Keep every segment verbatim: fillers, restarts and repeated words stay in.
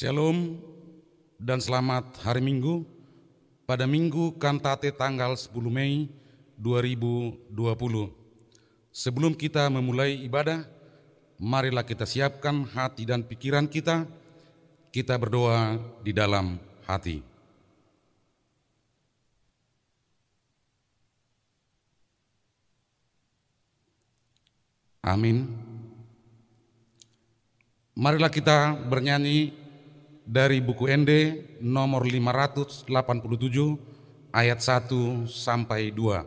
Shalom dan selamat hari Minggu pada Minggu Kantate tanggal sepuluh Mei dua ribu dua puluh. Sebelum kita memulai ibadah, marilah kita siapkan hati dan pikiran kita, kita berdoa di dalam hati. Amin. Marilah kita bernyanyi dari buku N D nomor lima ratus delapan puluh tujuh ayat satu sampai dua.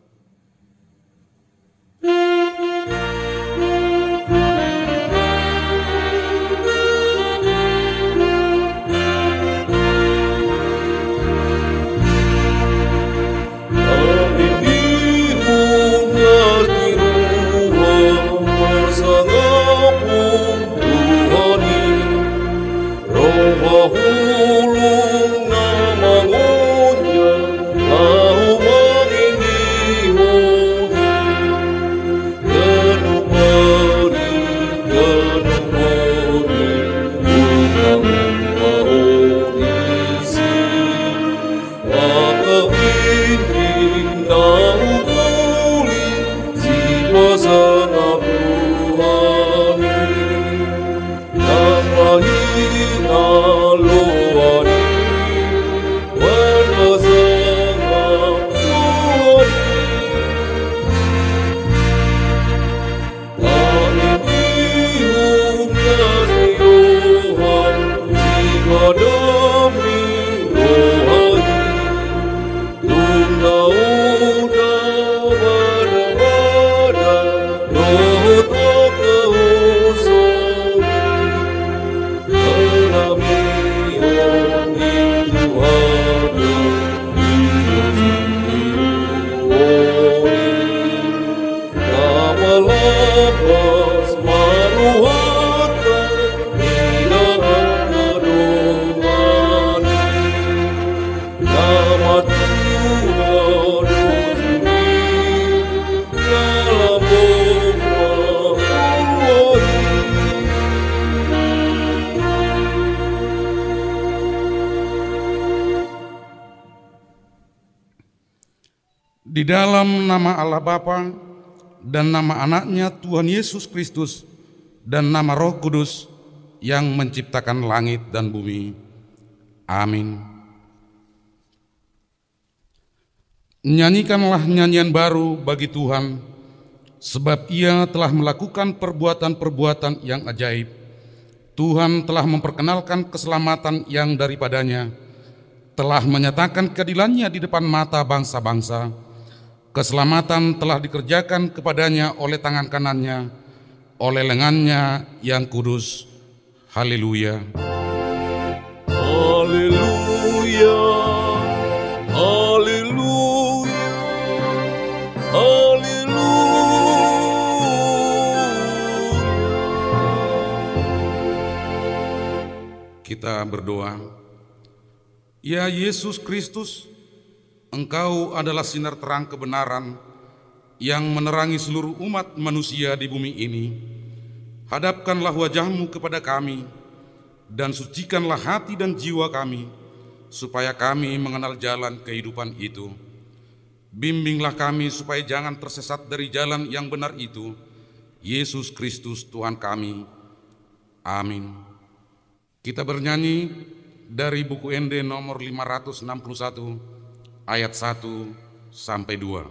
Di dalam nama Allah Bapa dan nama anaknya Tuhan Yesus Kristus dan nama Roh Kudus yang menciptakan langit dan bumi. Amin. Nyanyikanlah nyanyian baru bagi Tuhan, sebab Ia telah melakukan perbuatan-perbuatan yang ajaib. Tuhan telah memperkenalkan keselamatan yang daripadanya, telah menyatakan keadilannya di depan mata bangsa-bangsa. Keselamatan telah dikerjakan kepadanya oleh tangan kanannya, oleh lengannya yang kudus. Haleluya. Haleluya. Haleluya. Haleluya. Kita berdoa. Ya Yesus Kristus, Engkau adalah sinar terang kebenaran yang menerangi seluruh umat manusia di bumi ini. Hadapkanlah wajah-Mu kepada kami dan sucikanlah hati dan jiwa kami, supaya kami mengenal jalan kehidupan itu. Bimbinglah kami supaya jangan tersesat dari jalan yang benar itu. Yesus Kristus Tuhan kami. Amin. Kita bernyanyi dari buku N D nomor lima ratus enam puluh satu ayat satu sampai dua.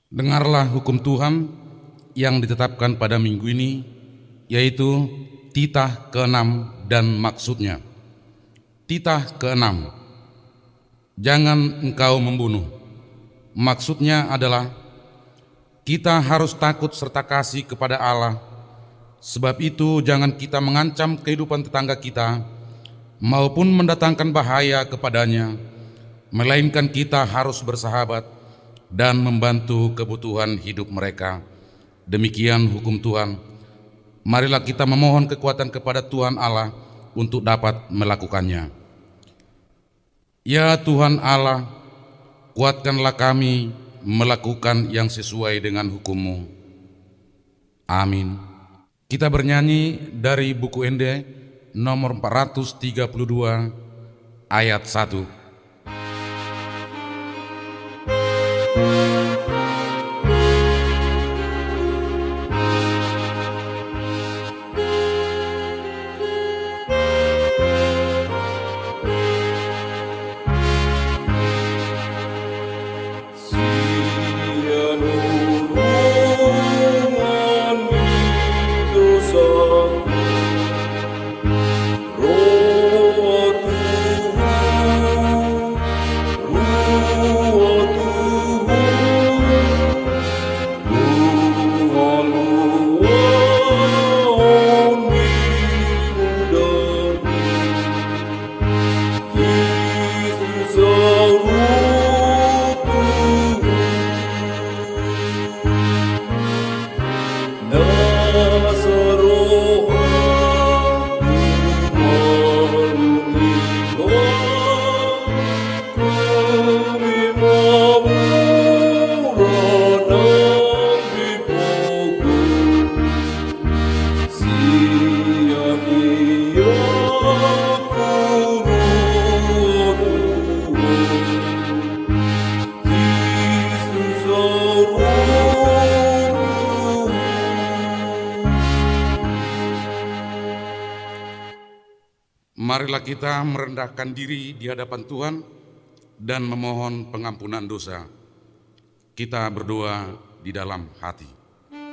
Dengarlah hukum Tuhan yang ditetapkan pada minggu ini, yaitu titah keenam dan maksudnya. Titah keenam, jangan engkau membunuh. Maksudnya adalah kita harus takut serta kasih kepada Allah. Sebab itu jangan kita mengancam kehidupan tetangga kita maupun mendatangkan bahaya kepadanya, melainkan kita harus bersahabat dan membantu kebutuhan hidup mereka. Demikian hukum Tuhan. Marilah kita memohon kekuatan kepada Tuhan Allah untuk dapat melakukannya. Ya Tuhan Allah, kuatkanlah kami melakukan yang sesuai dengan hukum-Mu. Amin. Kita bernyanyi dari buku Ende nomor empat ratus tiga puluh dua ayat satu. Marilah kita merendahkan diri di hadapan Tuhan dan memohon pengampunan dosa. Kita berdoa di dalam hati.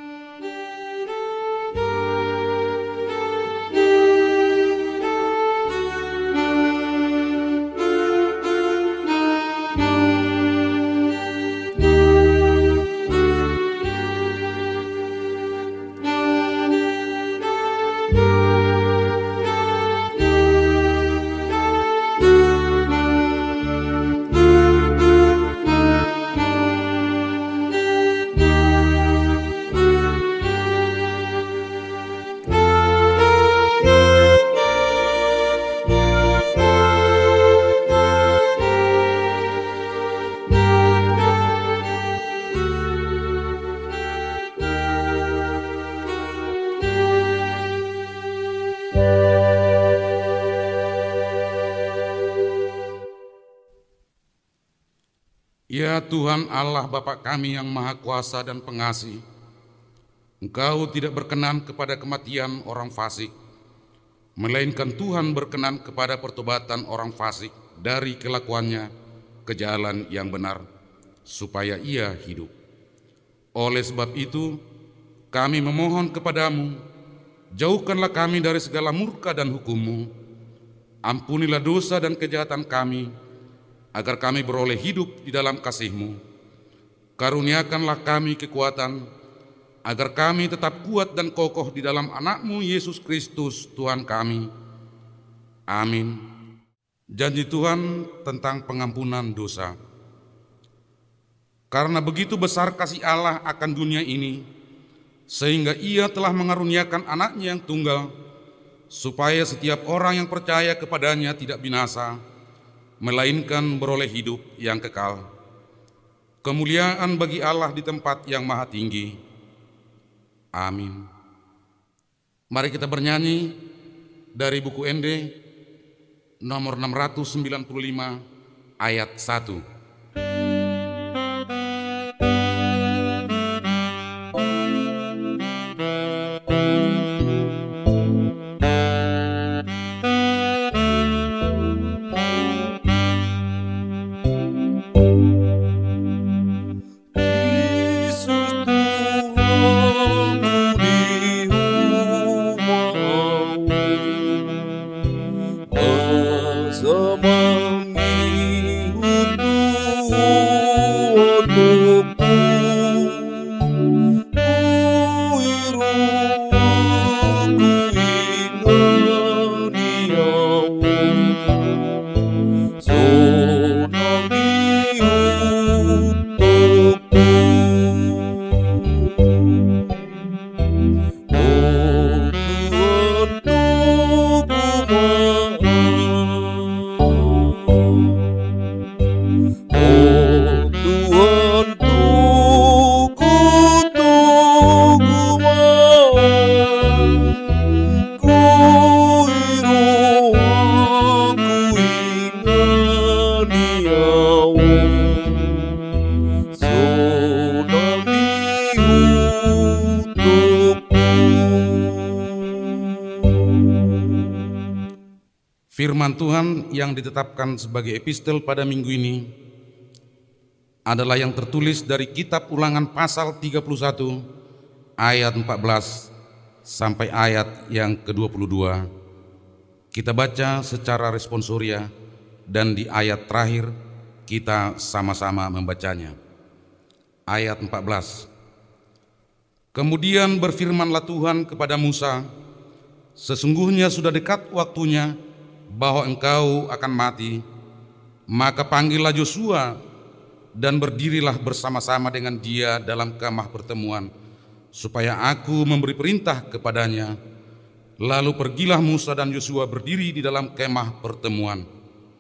Ya Tuhan Allah Bapa kami yang Maha Kuasa dan Pengasih, Engkau tidak berkenan kepada kematian orang fasik, melainkan Tuhan berkenan kepada pertobatan orang fasik dari kelakuannya ke jalan yang benar, supaya ia hidup. Oleh sebab itu, kami memohon kepadamu, jauhkanlah kami dari segala murka dan hukum-Mu, ampunilah dosa dan kejahatan kami, agar kami beroleh hidup di dalam kasih-Mu. Karuniakanlah kami kekuatan, agar kami tetap kuat dan kokoh di dalam anak-Mu Yesus Kristus Tuhan kami. Amin. Janji Tuhan tentang pengampunan dosa. Karena begitu besar kasih Allah akan dunia ini, sehingga Ia telah mengaruniakan anaknya yang tunggal, supaya setiap orang yang percaya kepadanya tidak binasa, melainkan beroleh hidup yang kekal. Kemuliaan bagi Allah di tempat yang maha tinggi. Amin. Mari kita bernyanyi dari buku Ende nomor enam ratus sembilan puluh lima ayat satu. Firman Tuhan yang ditetapkan sebagai epistel pada minggu ini adalah yang tertulis dari kitab Ulangan pasal tiga puluh satu ayat empat belas sampai ayat yang ke dua puluh dua. Kita baca secara responsoria dan di ayat terakhir kita sama-sama membacanya. Ayat empat belas. Kemudian berfirmanlah Tuhan kepada Musa, sesungguhnya sudah dekat waktunya bahwa engkau akan mati, maka panggillah Yosua dan berdirilah bersama-sama dengan dia dalam kemah pertemuan, supaya aku memberi perintah kepadanya. Lalu pergilah Musa dan Yosua berdiri di dalam kemah pertemuan.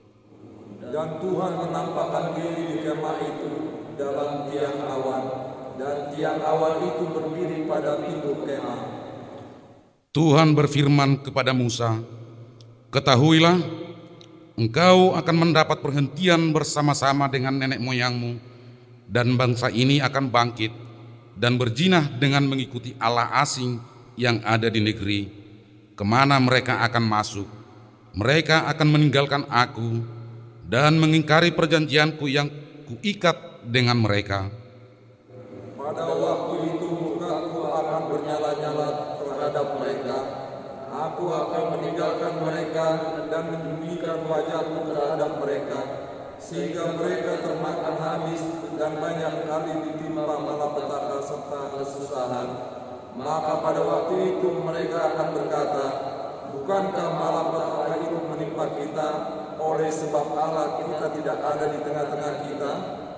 Dan Tuhan menampakkan diri di kemah itu dalam tiang awan, dan tiang awan itu berdiri pada pintu kemah. Tuhan berfirman kepada Musa, ketahuilah, engkau akan mendapat perhentian bersama-sama dengan nenek moyangmu, dan bangsa ini akan bangkit dan berjinah dengan mengikuti Allah asing yang ada di negeri, kemana mereka akan masuk. Mereka akan meninggalkan aku dan mengingkari perjanjianku yang kuikat dengan mereka. Pada waktu itu mukaku akan bernyala-nyala terhadap mereka. Aku akan meninggalkan mereka dan menyembunyikan wajahku terhadap mereka, sehingga mereka termakan habis dan banyak kali ditimpa malapetaka serta kesusahan. Maka pada waktu itu mereka akan berkata, bukankah malapetaka itu menimpa kita, oleh sebab Allah kita tidak ada di tengah-tengah kita?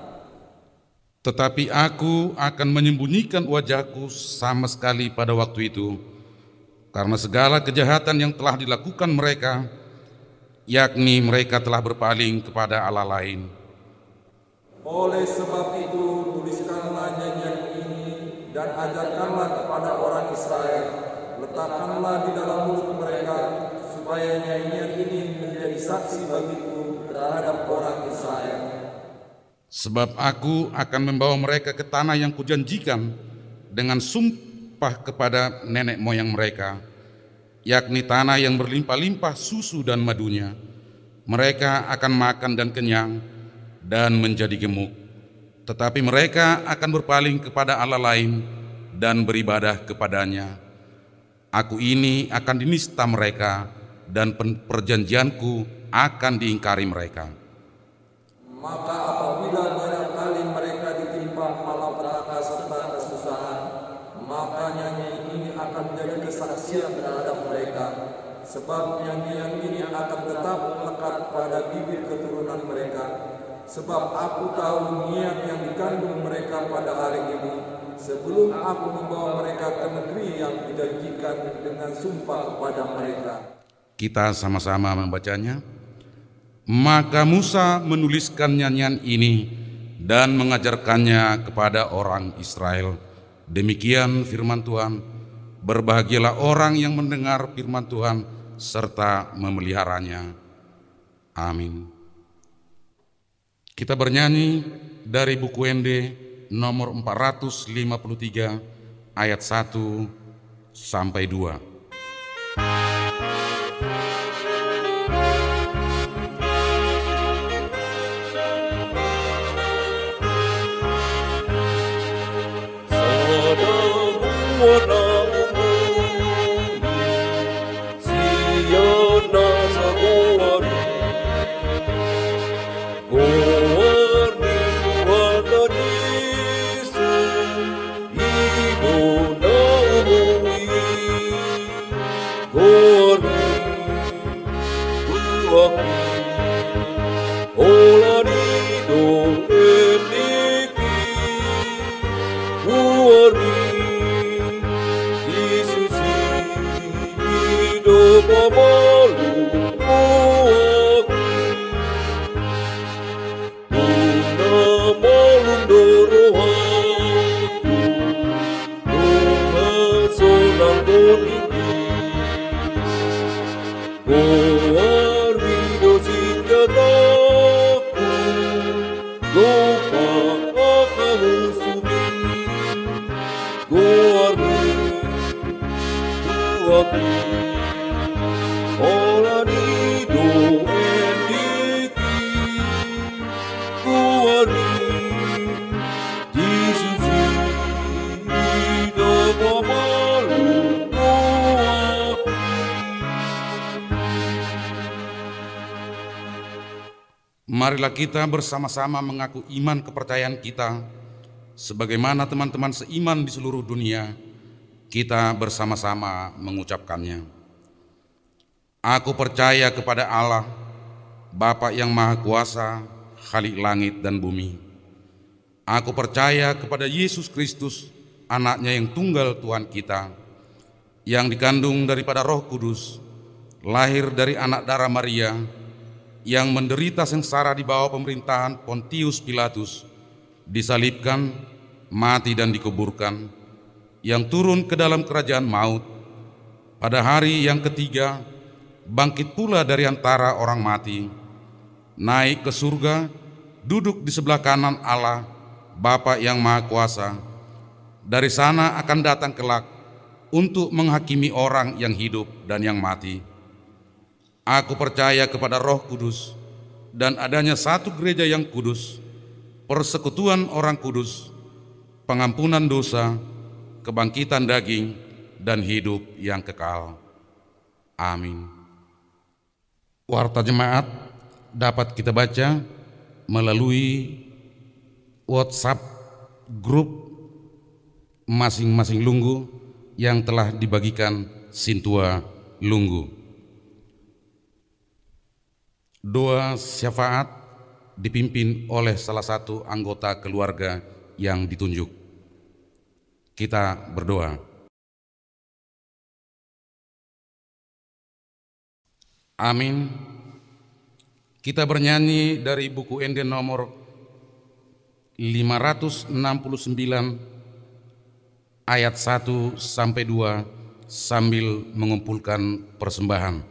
Tetapi aku akan menyembunyikan wajahku sama sekali pada waktu itu, karena segala kejahatan yang telah dilakukan mereka, yakni mereka telah berpaling kepada Allah lain. Oleh sebab itu tuliskanlah nyanyian ini dan ajarkanlah kepada orang Israel. Letakkanlah di dalam mulut mereka, supaya nyanyian ini menjadi saksi bagiku terhadap orang Israel. Sebab aku akan membawa mereka ke tanah yang kujanjikan dengan sumpah kepada nenek moyang mereka, yakni tanah yang berlimpah-limpah susu dan madunya. Mereka akan makan dan kenyang dan menjadi gemuk. Tetapi mereka akan berpaling kepada Allah lain dan beribadah kepadanya. Aku ini akan dinista mereka, dan perjanjianku akan diingkari mereka. Maka apabila banyak kali mereka ditimpa malapetaka serta kesusahan, maka nyanyian ini akan menjadi kesaksian terhadap mereka, sebab nyanyian ini akan tetap melekat pada bibir keturunan mereka. Sebab aku tahu niat yang dikandung mereka pada hari ini, sebelum aku membawa mereka ke negeri yang dijanjikan dengan sumpah kepada mereka. Kita sama-sama membacanya. Maka Musa menuliskan nyanyian ini dan mengajarkannya kepada orang Israel. Demikian firman Tuhan. Berbahagialah orang yang mendengar firman Tuhan serta memeliharanya. Amin. Kita bernyanyi dari buku N D nomor empat ratus lima puluh tiga ayat satu sampai dua. marilah kita bersama-sama mengaku iman kepercayaan kita, sebagaimana teman-teman seiman di seluruh dunia, kita bersama-sama mengucapkannya. Aku percaya kepada Allah, Bapa yang Maha Kuasa, Khalik langit dan bumi. Aku percaya kepada Yesus Kristus, anaknya yang tunggal Tuhan kita, yang dikandung daripada Roh Kudus, lahir dari anak darah Maria, yang menderita sengsara di bawah pemerintahan Pontius Pilatus, disalibkan, mati dan dikuburkan, yang turun ke dalam kerajaan maut, pada hari yang ketiga bangkit pula dari antara orang mati, naik ke surga, duduk di sebelah kanan Allah, Bapa yang Maha Kuasa. Dari sana akan datang kelak untuk menghakimi orang yang hidup dan yang mati. Aku percaya kepada Roh Kudus dan adanya satu gereja yang kudus, persekutuan orang kudus, pengampunan dosa, kebangkitan daging, dan hidup yang kekal. Amin. Warta jemaat dapat kita baca melalui WhatsApp grup masing-masing Lunggu yang telah dibagikan Sintua Lunggu. Doa syafaat dipimpin oleh salah satu anggota keluarga yang ditunjuk. Kita berdoa. Amin. Kita bernyanyi dari buku Ende nomor lima ratus enam puluh sembilan ayat satu sampai dua sambil mengumpulkan persembahan.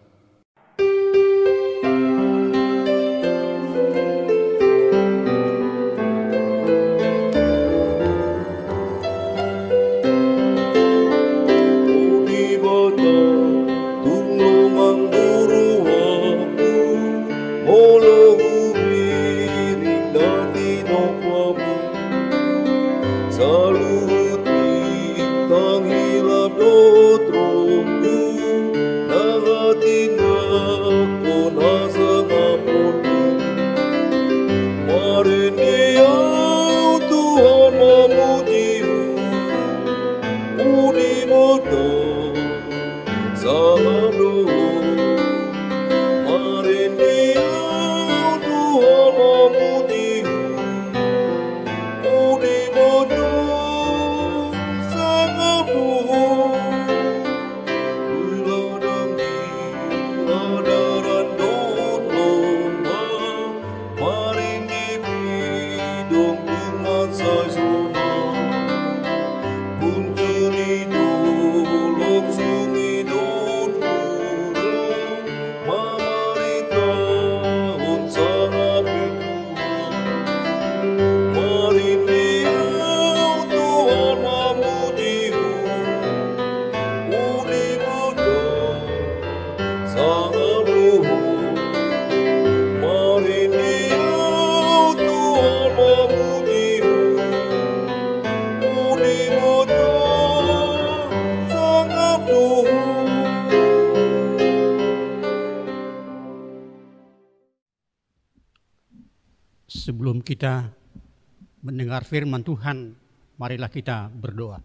Sebelum kita mendengar firman Tuhan, marilah kita berdoa.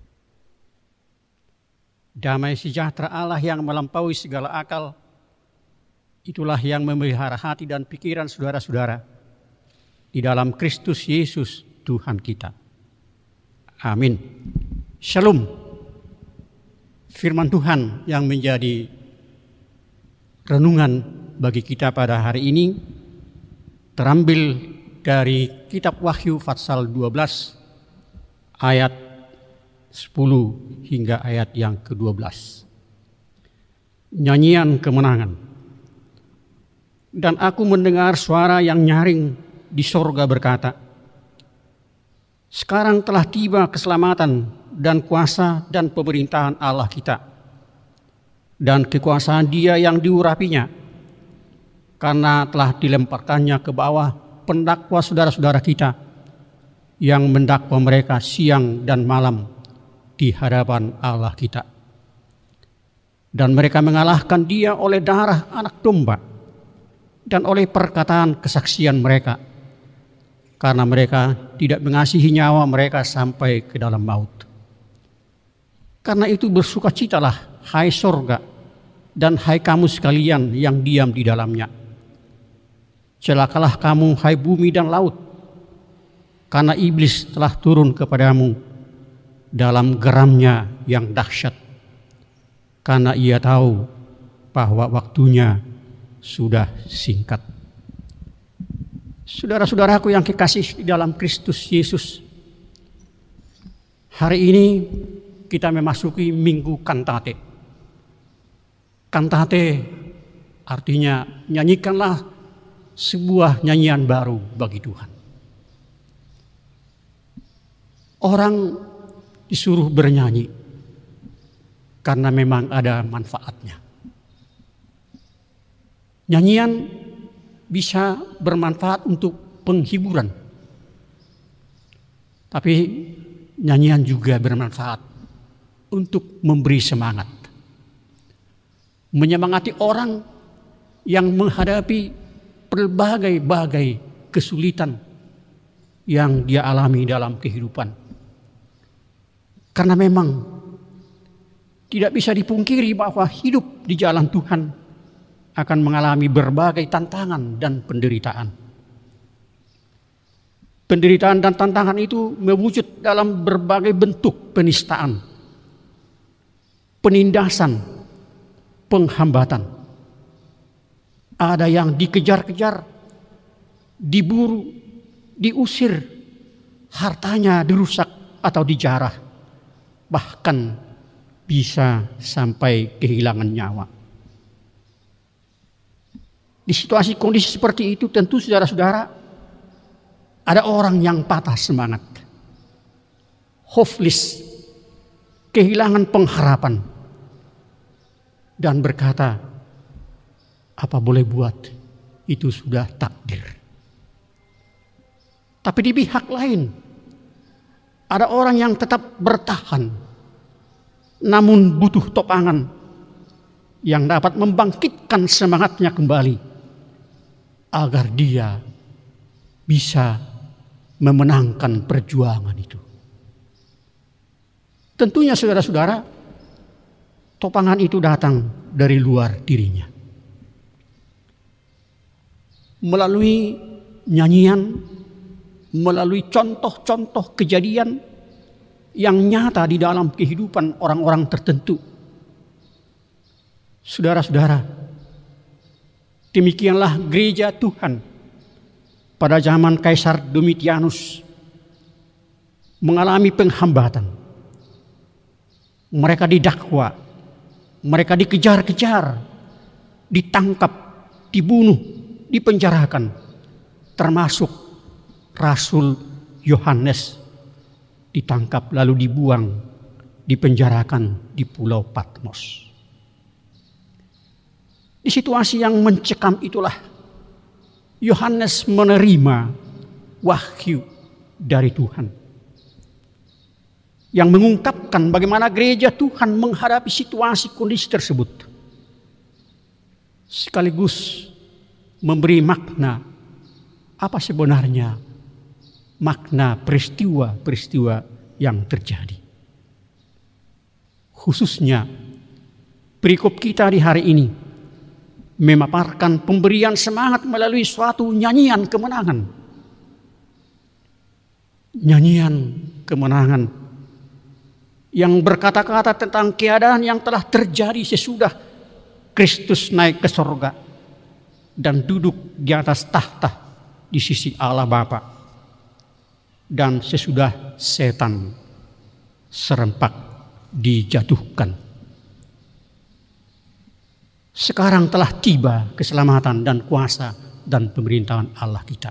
Damai sejahtera Allah yang melampaui segala akal, itulah yang memelihara hati dan pikiran saudara-saudara di dalam Kristus Yesus Tuhan kita. Amin. Shalom. Firman Tuhan yang menjadi renungan bagi kita pada hari ini terambil dari kitab Wahyu pasal dua belas ayat sepuluh hingga ayat yang kedua belas. Nyanyian kemenangan. Dan aku mendengar suara yang nyaring di sorga berkata, sekarang telah tiba keselamatan dan kuasa dan pemerintahan Allah kita dan kekuasaan Dia yang diurapinya, karena telah dilemparkannya ke bawah pendakwa saudara-saudara kita yang mendakwa mereka siang dan malam di hadapan Allah kita. Dan mereka mengalahkan Dia oleh darah anak domba dan oleh perkataan kesaksian mereka, karena mereka tidak mengasihi nyawa mereka sampai ke dalam maut. Karena itu bersukacitalah, hai sorga, dan hai kamu sekalian yang diam di dalamnya. Celakalah kamu, hai bumi dan laut, karena iblis telah turun kepadamu dalam geramnya yang dahsyat, karena ia tahu bahwa waktunya sudah singkat. Saudara-saudaraku yang kekasih di dalam Kristus Yesus, hari ini kita memasuki Minggu Kantate. Kantate artinya nyanyikanlah sebuah nyanyian baru bagi Tuhan. Orang disuruh bernyanyi karena memang ada manfaatnya. Nyanyian bisa bermanfaat untuk penghiburan, tapi nyanyian juga bermanfaat untuk memberi semangat, menyemangati orang yang menghadapi berbagai-bagai kesulitan yang dia alami dalam kehidupan. Karena memang tidak bisa dipungkiri bahwa hidup di jalan Tuhan akan mengalami berbagai tantangan dan penderitaan. Penderitaan dan tantangan itu mewujud dalam berbagai bentuk penistaan, penindasan, penghambatan. Ada yang dikejar-kejar, diburu, diusir, hartanya dirusak atau dijarah, bahkan bisa sampai kehilangan nyawa. Di situasi kondisi seperti itu tentu saudara-saudara ada orang yang patah semangat, hopeless, kehilangan pengharapan, dan berkata, apa boleh buat, itu sudah takdir. Tapi di pihak lain ada orang yang tetap bertahan, namun butuh topangan yang dapat membangkitkan semangatnya kembali, agar dia bisa memenangkan perjuangan itu. Tentunya saudara-saudara, topangan itu datang dari luar dirinya. Melalui nyanyian, melalui contoh-contoh kejadian yang nyata di dalam kehidupan orang-orang tertentu. Saudara-saudara, demikianlah gereja Tuhan pada zaman Kaisar Domitianus mengalami penghambatan. Mereka didakwa, mereka dikejar-kejar, ditangkap, dibunuh, dipenjarakan, termasuk Rasul Yohanes ditangkap lalu dibuang, dipenjarakan di Pulau Patmos. Di situasi yang mencekam itulah Yohanes menerima wahyu dari Tuhan yang mengungkapkan bagaimana gereja Tuhan menghadapi situasi kondisi tersebut, sekaligus memberi makna apa sebenarnya makna peristiwa-peristiwa yang terjadi. Khususnya perikop kita di hari ini memaparkan pemberian semangat melalui suatu nyanyian kemenangan. Nyanyian kemenangan yang berkata-kata tentang keadaan yang telah terjadi sesudah Kristus naik ke sorga dan duduk di atas tahta di sisi Allah Bapa, dan sesudah setan serempak dijatuhkan. Sekarang telah tiba keselamatan dan kuasa dan pemerintahan Allah kita.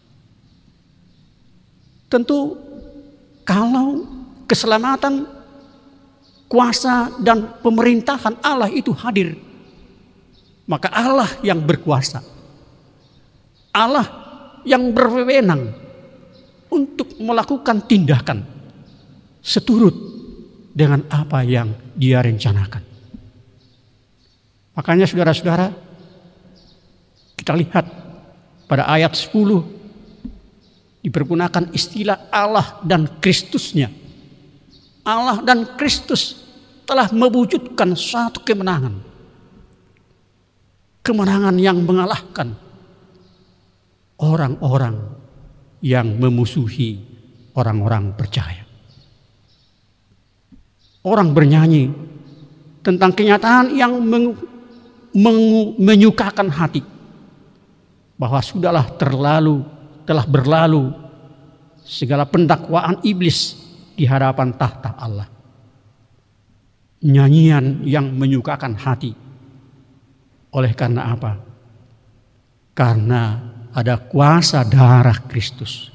Tentu kalau keselamatan, kuasa dan pemerintahan Allah itu hadir, maka Allah yang berkuasa, Allah yang berwenang untuk melakukan tindakan seturut dengan apa yang Dia rencanakan. Makanya saudara-saudara, Kita lihat pada ayat sepuluh dipergunakan istilah Allah dan Kristusnya. Allah dan Kristus telah mewujudkan suatu kemenangan. Kemenangan yang mengalahkan orang-orang yang memusuhi orang-orang percaya. Orang bernyanyi tentang kenyataan yang meng, meng, menyukakan hati, bahwa sudahlah terlalu, telah berlalu segala pendakwaan iblis di hadapan tahta Allah. Nyanyian yang menyukakan hati. Oleh karena apa? Karena ada kuasa darah Kristus.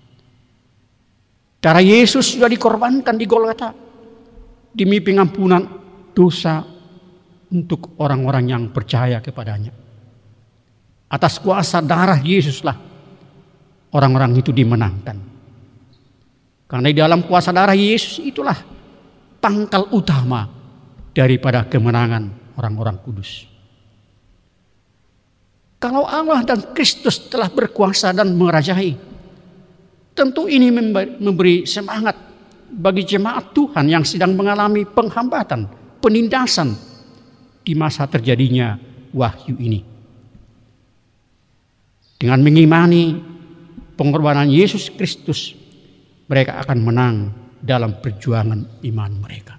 Darah Yesus sudah dikorbankan di Golgota demi pengampunan dosa untuk orang-orang yang percaya kepadanya. Atas kuasa darah Yesuslah orang-orang itu dimenangkan. Karena di dalam kuasa darah Yesus itulah pangkal utama daripada kemenangan orang-orang kudus. Kalau Allah dan Kristus telah berkuasa dan merajai, tentu ini memberi semangat bagi jemaat Tuhan yang sedang mengalami penghambatan, penindasan di masa terjadinya wahyu ini. Dengan mengimani pengorbanan Yesus Kristus, mereka akan menang dalam perjuangan iman mereka.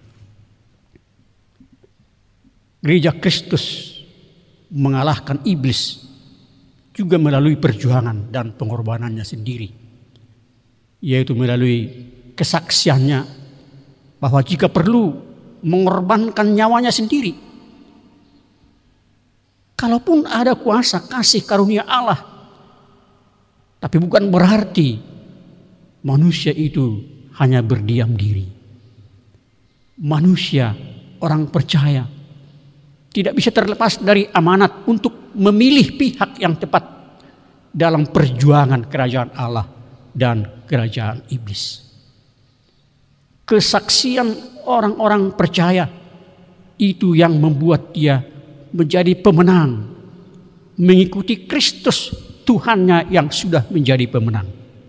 Gereja Kristus mengalahkan iblis juga melalui perjuangan dan pengorbanannya sendiri, yaitu melalui kesaksiannya bahwa jika perlu mengorbankan nyawanya sendiri. Kalaupun ada kuasa kasih karunia Allah, tapi bukan berarti manusia itu hanya berdiam diri. Manusia, orang percaya, tidak bisa terlepas dari amanat untuk memilih pihak yang tepat dalam perjuangan kerajaan Allah dan kerajaan iblis. Kesaksian orang-orang percaya itu yang membuat dia menjadi pemenang, mengikuti Kristus Tuhannya yang sudah menjadi pemenang.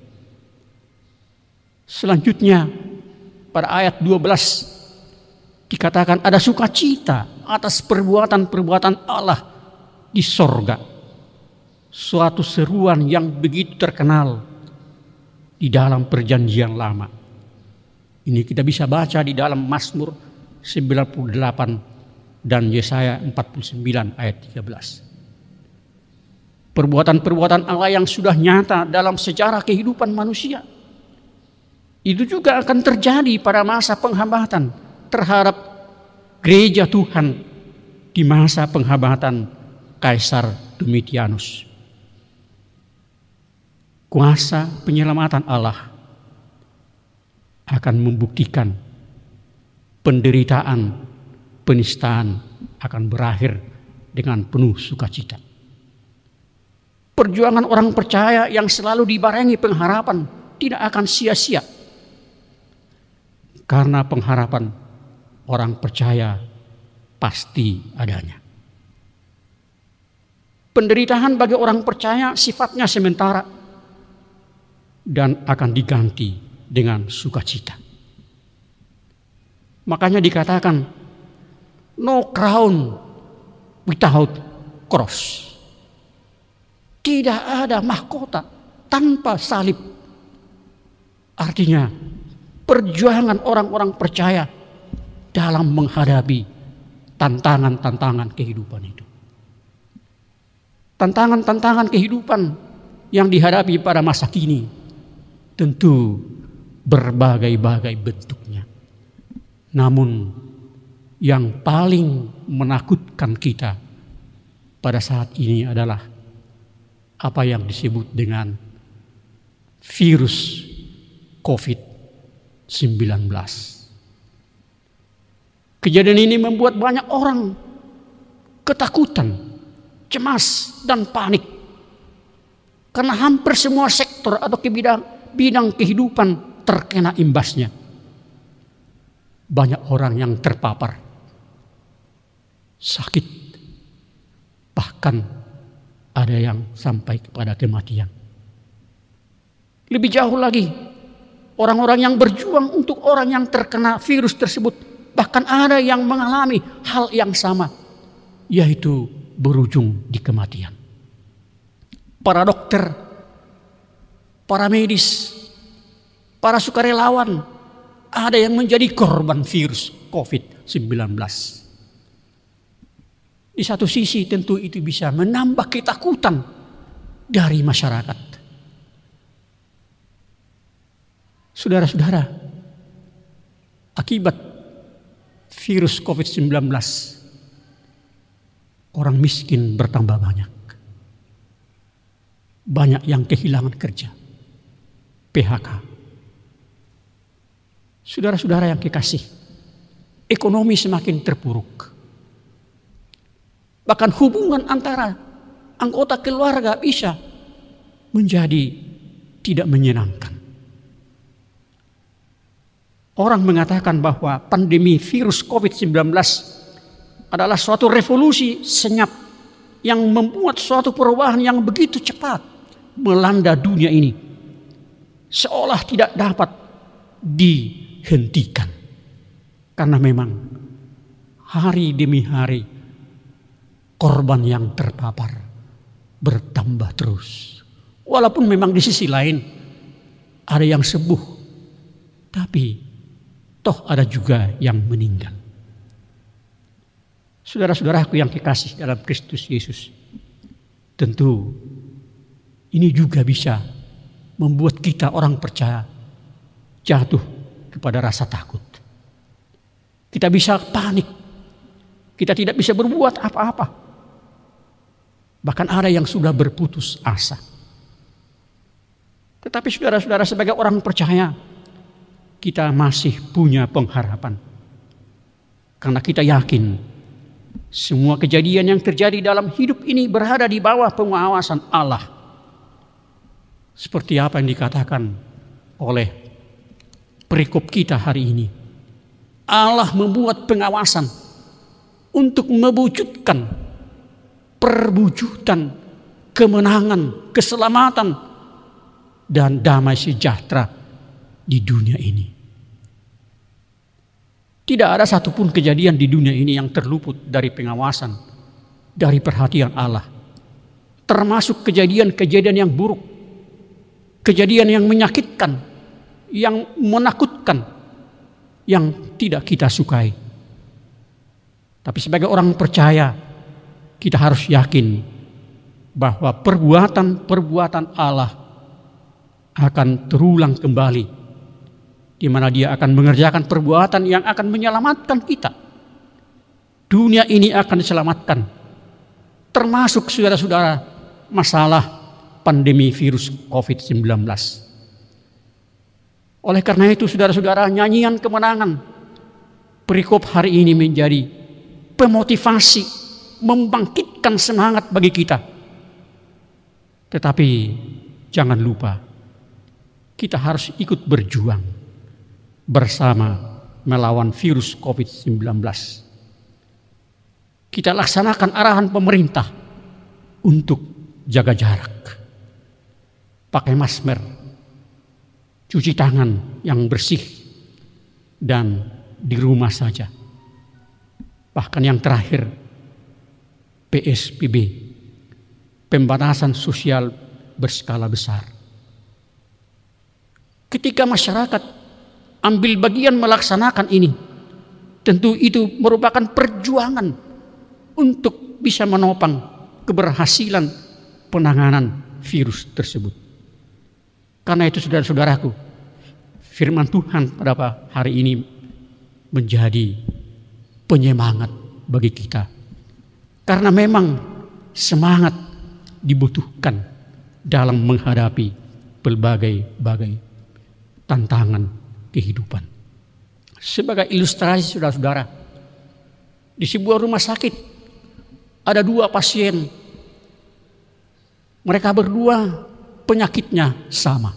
Selanjutnya pada ayat dua belas dikatakan ada sukacita atas perbuatan-perbuatan Allah di sorga. Suatu seruan yang begitu terkenal di dalam perjanjian lama. Ini kita bisa baca di dalam Mazmur sembilan puluh delapan dan Yesaya empat puluh sembilan ayat tiga belas. Perbuatan-perbuatan Allah yang sudah nyata dalam sejarah kehidupan manusia, itu juga akan terjadi pada masa penghambatan terhadap gereja Tuhan di masa penghambatan Kaisar Domitianus. Kuasa penyelamatan Allah akan membuktikan penderitaan, penistaan akan berakhir dengan penuh sukacita. Perjuangan orang percaya yang selalu dibarengi pengharapan tidak akan sia-sia. Karena pengharapan orang percaya pasti adanya. Penderitaan bagi orang percaya sifatnya sementara dan akan diganti dengan sukacita. Makanya dikatakan no crown without cross. Tidak ada mahkota tanpa salib. Artinya perjuangan orang-orang percaya dalam menghadapi tantangan-tantangan kehidupan itu. Tantangan-tantangan kehidupan yang dihadapi pada masa kini tentu berbagai-bagai bentuknya. Namun yang paling menakutkan kita pada saat ini adalah apa yang disebut dengan virus covid sembilan belas. Kejadian ini membuat banyak orang ketakutan, cemas, dan panik. Karena hampir semua sektor atau bidang, bidang kehidupan terkena imbasnya. Banyak orang yang terpapar, sakit, bahkan ada yang sampai kepada kematian. Lebih jauh lagi, orang-orang yang berjuang untuk orang yang terkena virus tersebut, bahkan ada yang mengalami hal yang sama, yaitu berujung di kematian. Para dokter, para medis, para sukarelawan, ada yang menjadi korban virus covid sembilan belas. Di satu sisi tentu itu bisa menambah ketakutan dari masyarakat. Saudara-saudara, akibat virus covid sembilan belas, orang miskin bertambah banyak. Banyak yang kehilangan kerja, P H K. Saudara-saudara yang kekasih, ekonomi semakin terpuruk. Bahkan hubungan antara anggota keluarga bisa menjadi tidak menyenangkan. Orang mengatakan bahwa pandemi virus covid sembilan belas adalah suatu revolusi senyap yang membuat suatu perubahan yang begitu cepat melanda dunia ini, seolah tidak dapat dihentikan. Karena memang hari demi hari korban yang terpapar bertambah terus. Walaupun memang di sisi lain ada yang sembuh, tapi toh ada juga yang meninggal. Saudara-saudaraku yang kekasih dalam Kristus Yesus, tentu ini juga bisa membuat kita orang percaya jatuh kepada rasa takut. Kita bisa panik, kita tidak bisa berbuat apa-apa. Bahkan ada yang sudah berputus asa. Tetapi saudara-saudara, sebagai orang percaya, kita masih punya pengharapan. Karena kita yakin semua kejadian yang terjadi dalam hidup ini berada di bawah pengawasan Allah. Seperti apa yang dikatakan oleh perikop kita hari ini. Allah membuat pengawasan untuk mewujudkan perwujudan kemenangan, keselamatan, dan damai sejahtera di dunia ini. Tidak ada satupun kejadian di dunia ini yang terluput dari pengawasan, dari perhatian Allah. Termasuk kejadian-kejadian yang buruk, kejadian yang menyakitkan, yang menakutkan, yang tidak kita sukai. Tapi sebagai orang percaya, kita harus yakin bahwa perbuatan-perbuatan Allah akan terulang kembali, di mana Dia akan mengerjakan perbuatan yang akan menyelamatkan kita. Dunia ini akan diselamatkan, termasuk saudara-saudara masalah pandemi virus covid sembilan belas. Oleh karena itu saudara-saudara, nyanyian kemenangan perikop hari ini menjadi pemotivasi, membangkitkan semangat bagi kita. Tetapi jangan lupa, kita harus ikut berjuang bersama melawan virus covid sembilan belas. Kita laksanakan arahan pemerintah untuk jaga jarak, pakai masker, cuci tangan yang bersih, dan di rumah saja. Bahkan yang terakhir, P S B B, pembatasan sosial berskala besar. Ketika masyarakat ambil bagian melaksanakan ini, tentu itu merupakan perjuangan untuk bisa menopang keberhasilan penanganan virus tersebut. Karena itu saudara-saudaraku, firman Tuhan pada hari ini menjadi penyemangat bagi kita. Karena memang semangat dibutuhkan dalam menghadapi berbagai-bagai tantangan kehidupan. Sebagai ilustrasi saudara-saudara, di sebuah rumah sakit ada dua pasien. Mereka berdua penyakitnya sama.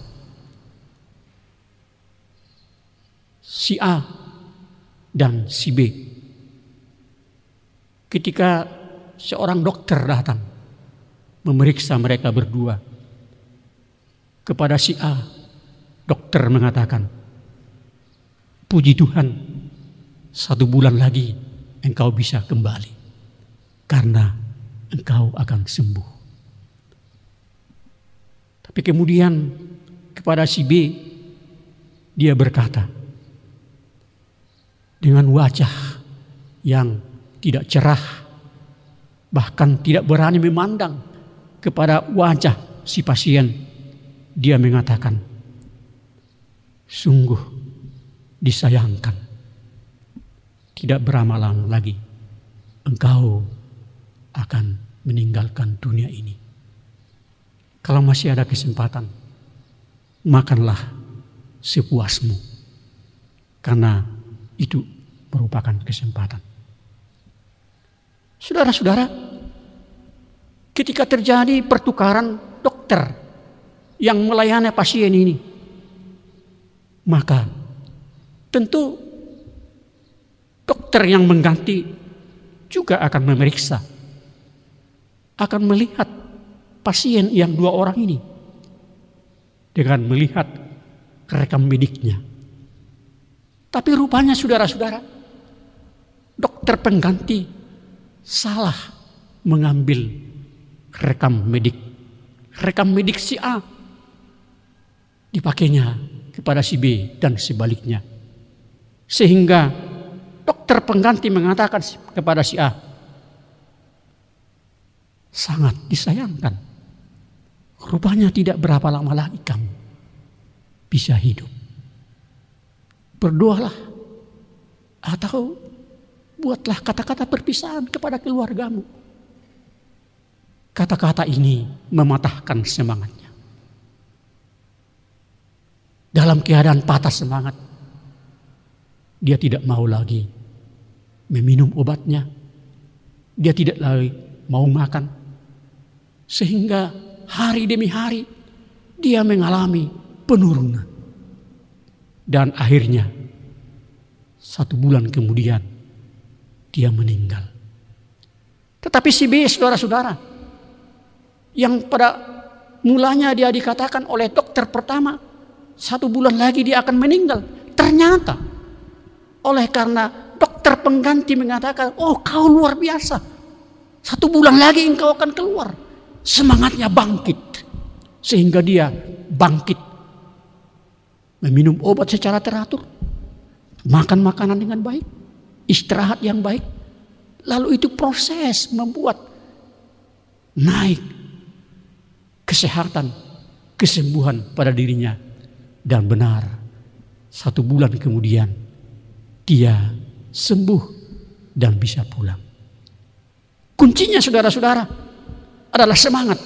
Si A dan si B. Ketika seorang dokter datang, memeriksa mereka berdua. Kepada si A, dokter mengatakan, puji Tuhan, satu bulan lagi engkau bisa kembali karena engkau akan sembuh. Tapi kemudian kepada si B, dia berkata dengan wajah yang tidak cerah, bahkan tidak berani memandang kepada wajah si pasien, dia mengatakan, sungguh disayangkan, tidak berlama-lama lagi engkau akan meninggalkan dunia ini. Kalau masih ada kesempatan, makanlah sepuasmu, karena itu merupakan kesempatan. Saudara-saudara, ketika terjadi pertukaran dokter yang melayani pasien ini, maka tentu dokter yang mengganti juga akan memeriksa, akan melihat pasien yang dua orang ini dengan melihat rekam mediknya. Tapi rupanya saudara-saudara, dokter pengganti salah mengambil rekam medik. Rekam medik si A dipakainya kepada si B dan sebaliknya. Sehingga dokter pengganti mengatakan kepada si A, sangat disayangkan, rupanya tidak berapa lama lagi kamu bisa hidup. Berdoalah atau buatlah kata-kata perpisahan kepada keluargamu. Kata-kata ini mematahkan semangatnya. Dalam keadaan patah semangat, dia tidak mau lagi meminum obatnya. Dia tidak lagi mau makan. Sehingga hari demi hari dia mengalami penurunan. Dan akhirnya satu bulan kemudian dia meninggal. Tetapi si B, saudara-saudara, yang pada mulanya dia dikatakan oleh dokter pertama, satu bulan lagi dia akan meninggal. Ternyata oleh karena dokter pengganti mengatakan, oh kau luar biasa, satu bulan lagi engkau akan keluar. Semangatnya bangkit. Sehingga dia bangkit. Meminum obat secara teratur. Makan makanan dengan baik. Istirahat yang baik. Lalu itu proses membuat naik kesehatan, kesembuhan pada dirinya. Dan benar, satu bulan kemudian dia sembuh dan bisa pulang. Kuncinya saudara-saudara adalah semangat.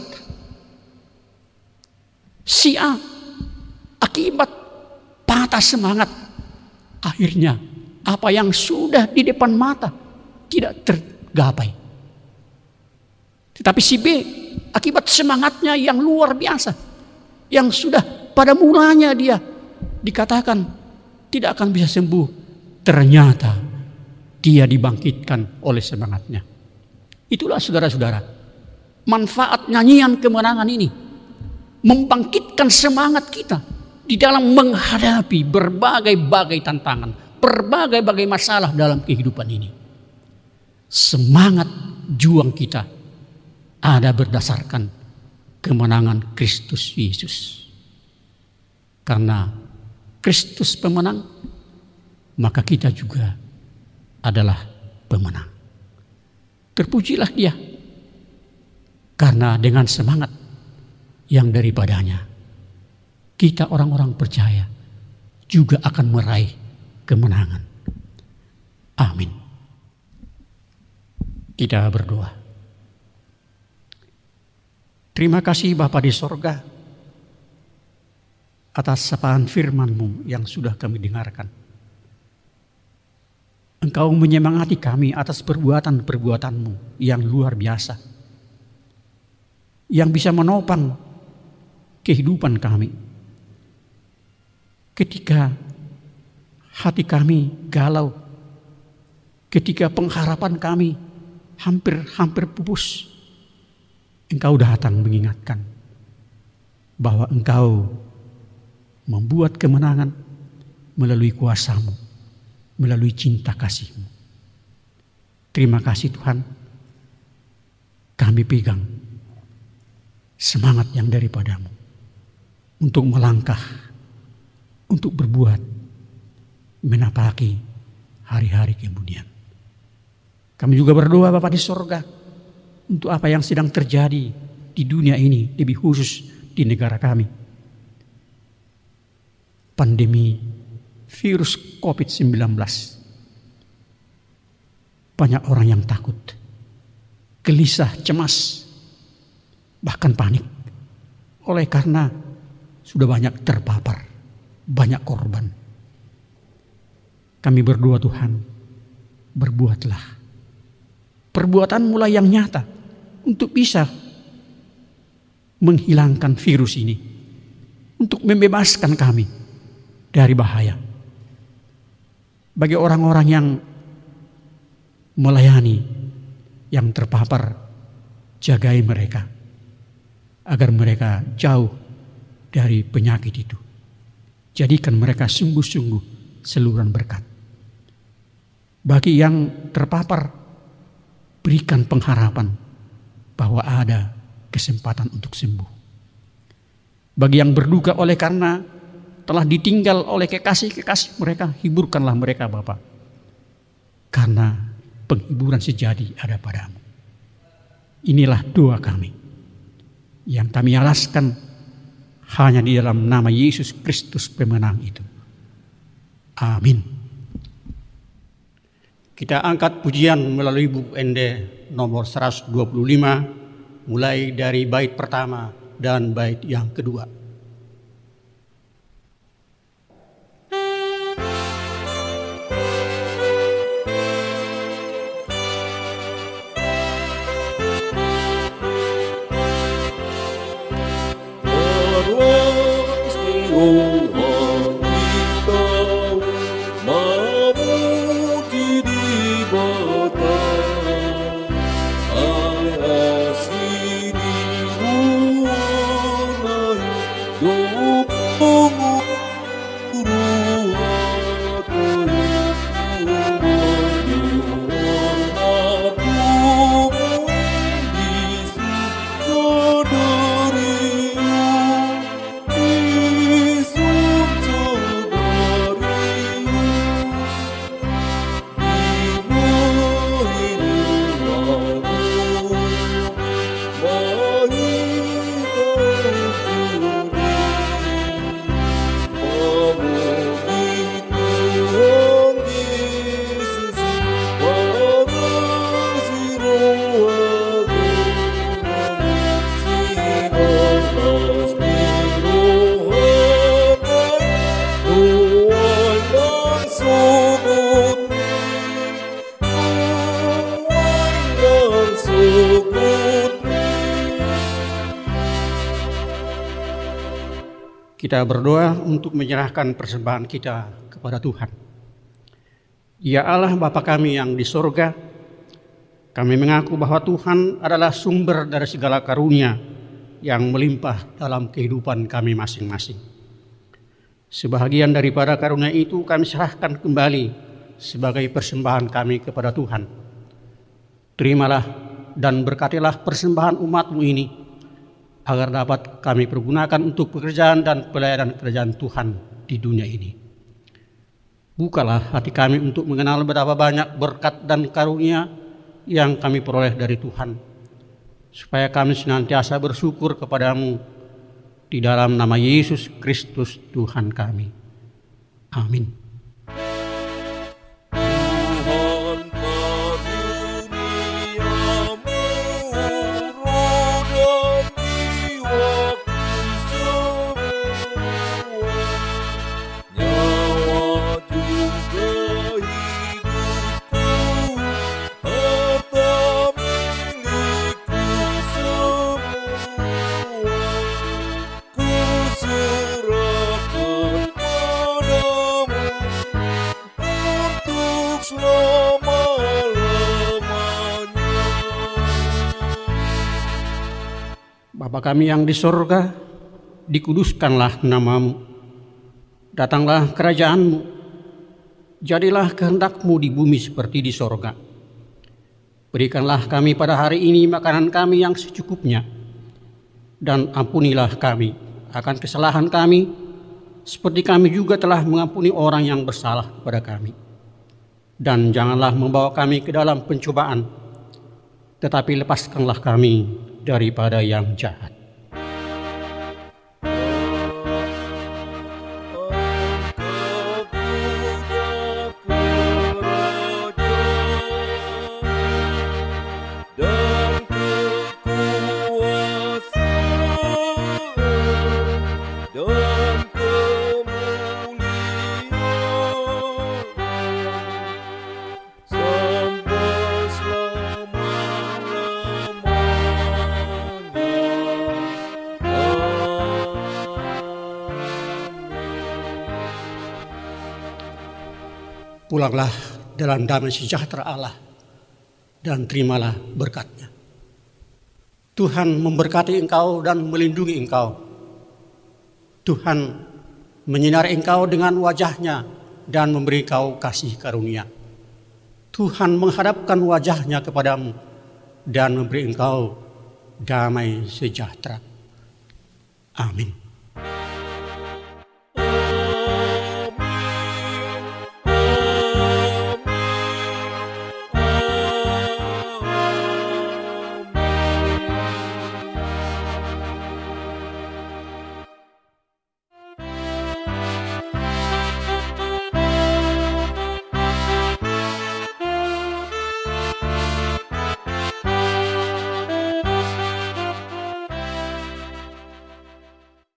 Si A akibat patah semangat, akhirnya apa yang sudah di depan mata tidak tergapai. Tetapi si B akibat semangatnya yang luar biasa, yang sudah pada mulanya dia dikatakan tidak akan bisa sembuh, ternyata dia dibangkitkan oleh semangatnya. Itulah saudara-saudara, manfaat nyanyian kemenangan ini membangkitkan semangat kita di dalam menghadapi berbagai-bagai tantangan, berbagai-bagai masalah dalam kehidupan ini. Semangat juang kita ada berdasarkan kemenangan Kristus Yesus. Karena Kristus pemenang, maka kita juga adalah pemenang. Terpujilah dia, karena dengan semangat yang daripadanya, kita orang-orang percaya juga akan meraih kemenangan. Amin. Kita berdoa. Terima kasih Bapa di sorga atas sapaan firman-Mu yang sudah kami dengarkan. Engkau menyemangati kami atas perbuatan-perbuatan-Mu yang luar biasa, yang bisa menopang kehidupan kami. Ketika hati kami galau, ketika pengharapan kami hampir-hampir pupus, Engkau datang mengingatkan bahwa Engkau membuat kemenangan melalui kuasa-Mu, melalui cinta kasih-Mu. Terima kasih Tuhan, kami pegang semangat yang daripada-Mu untuk melangkah, untuk berbuat, menapaki hari-hari kemudian. Kami juga berdoa Bapa di sorga untuk apa yang sedang terjadi di dunia ini, lebih khusus di negara kami. Pandemi virus covid sembilan belas. Banyak orang yang takut, gelisah, cemas, bahkan panik. Oleh karena sudah banyak terpapar, banyak korban. Kami berdoa Tuhan, berbuatlah. Perbuatan mulai yang nyata untuk bisa menghilangkan virus ini, untuk membebaskan kami dari bahaya. Bagi orang-orang yang melayani, yang terpapar, jagai mereka agar mereka jauh dari penyakit itu. Jadikan mereka sungguh-sungguh saluran berkat. Bagi yang terpapar, berikan pengharapan bahwa ada kesempatan untuk sembuh. Bagi yang berduka oleh karena telah ditinggal oleh kekasih-kekasih mereka, hiburkanlah mereka Bapa. Karena penghiburan sejati ada padamu. Inilah doa kami yang kami alaskan hanya di dalam nama Yesus Kristus pemenang itu. Amin. Kita angkat pujian melalui buku N D nomor seratus dua puluh lima, mulai dari bait pertama dan bait yang kedua. Kita berdoa untuk menyerahkan persembahan kita kepada Tuhan. Ya Allah Bapa kami yang di sorga, kami mengaku bahwa Tuhan adalah sumber dari segala karunia yang melimpah dalam kehidupan kami masing-masing. Sebahagian daripada karunia itu kami serahkan kembali sebagai persembahan kami kepada Tuhan. Terimalah dan berkatilah persembahan umat-Mu ini, agar dapat kami pergunakan untuk pekerjaan dan pelayanan kerajaan Tuhan di dunia ini. Bukalah hati kami untuk mengenal betapa banyak berkat dan karunia yang kami peroleh dari Tuhan, supaya kami senantiasa bersyukur kepada-Mu di dalam nama Yesus Kristus Tuhan kami. Amin. Serahkan padamu. Bapa kami yang di sorga, dikuduskanlah namamu. Datanglah kerajaanmu, jadilah kehendak-Mu di bumi seperti di sorga. Berikanlah kami pada hari ini makanan kami yang secukupnya, dan ampunilah kami akan kesalahan kami, seperti kami juga telah mengampuni orang yang bersalah kepada kami. Dan janganlah membawa kami ke dalam pencobaan, tetapi lepaskanlah kami daripada yang jahat. Pulanglah dalam damai sejahtera Allah dan terimalah berkat-Nya. Tuhan memberkati engkau dan melindungi engkau. Tuhan menyinari engkau dengan wajah-Nya dan memberi engkau kasih karunia. Tuhan menghadapkan wajah-Nya kepadamu dan memberi engkau damai sejahtera. Amin.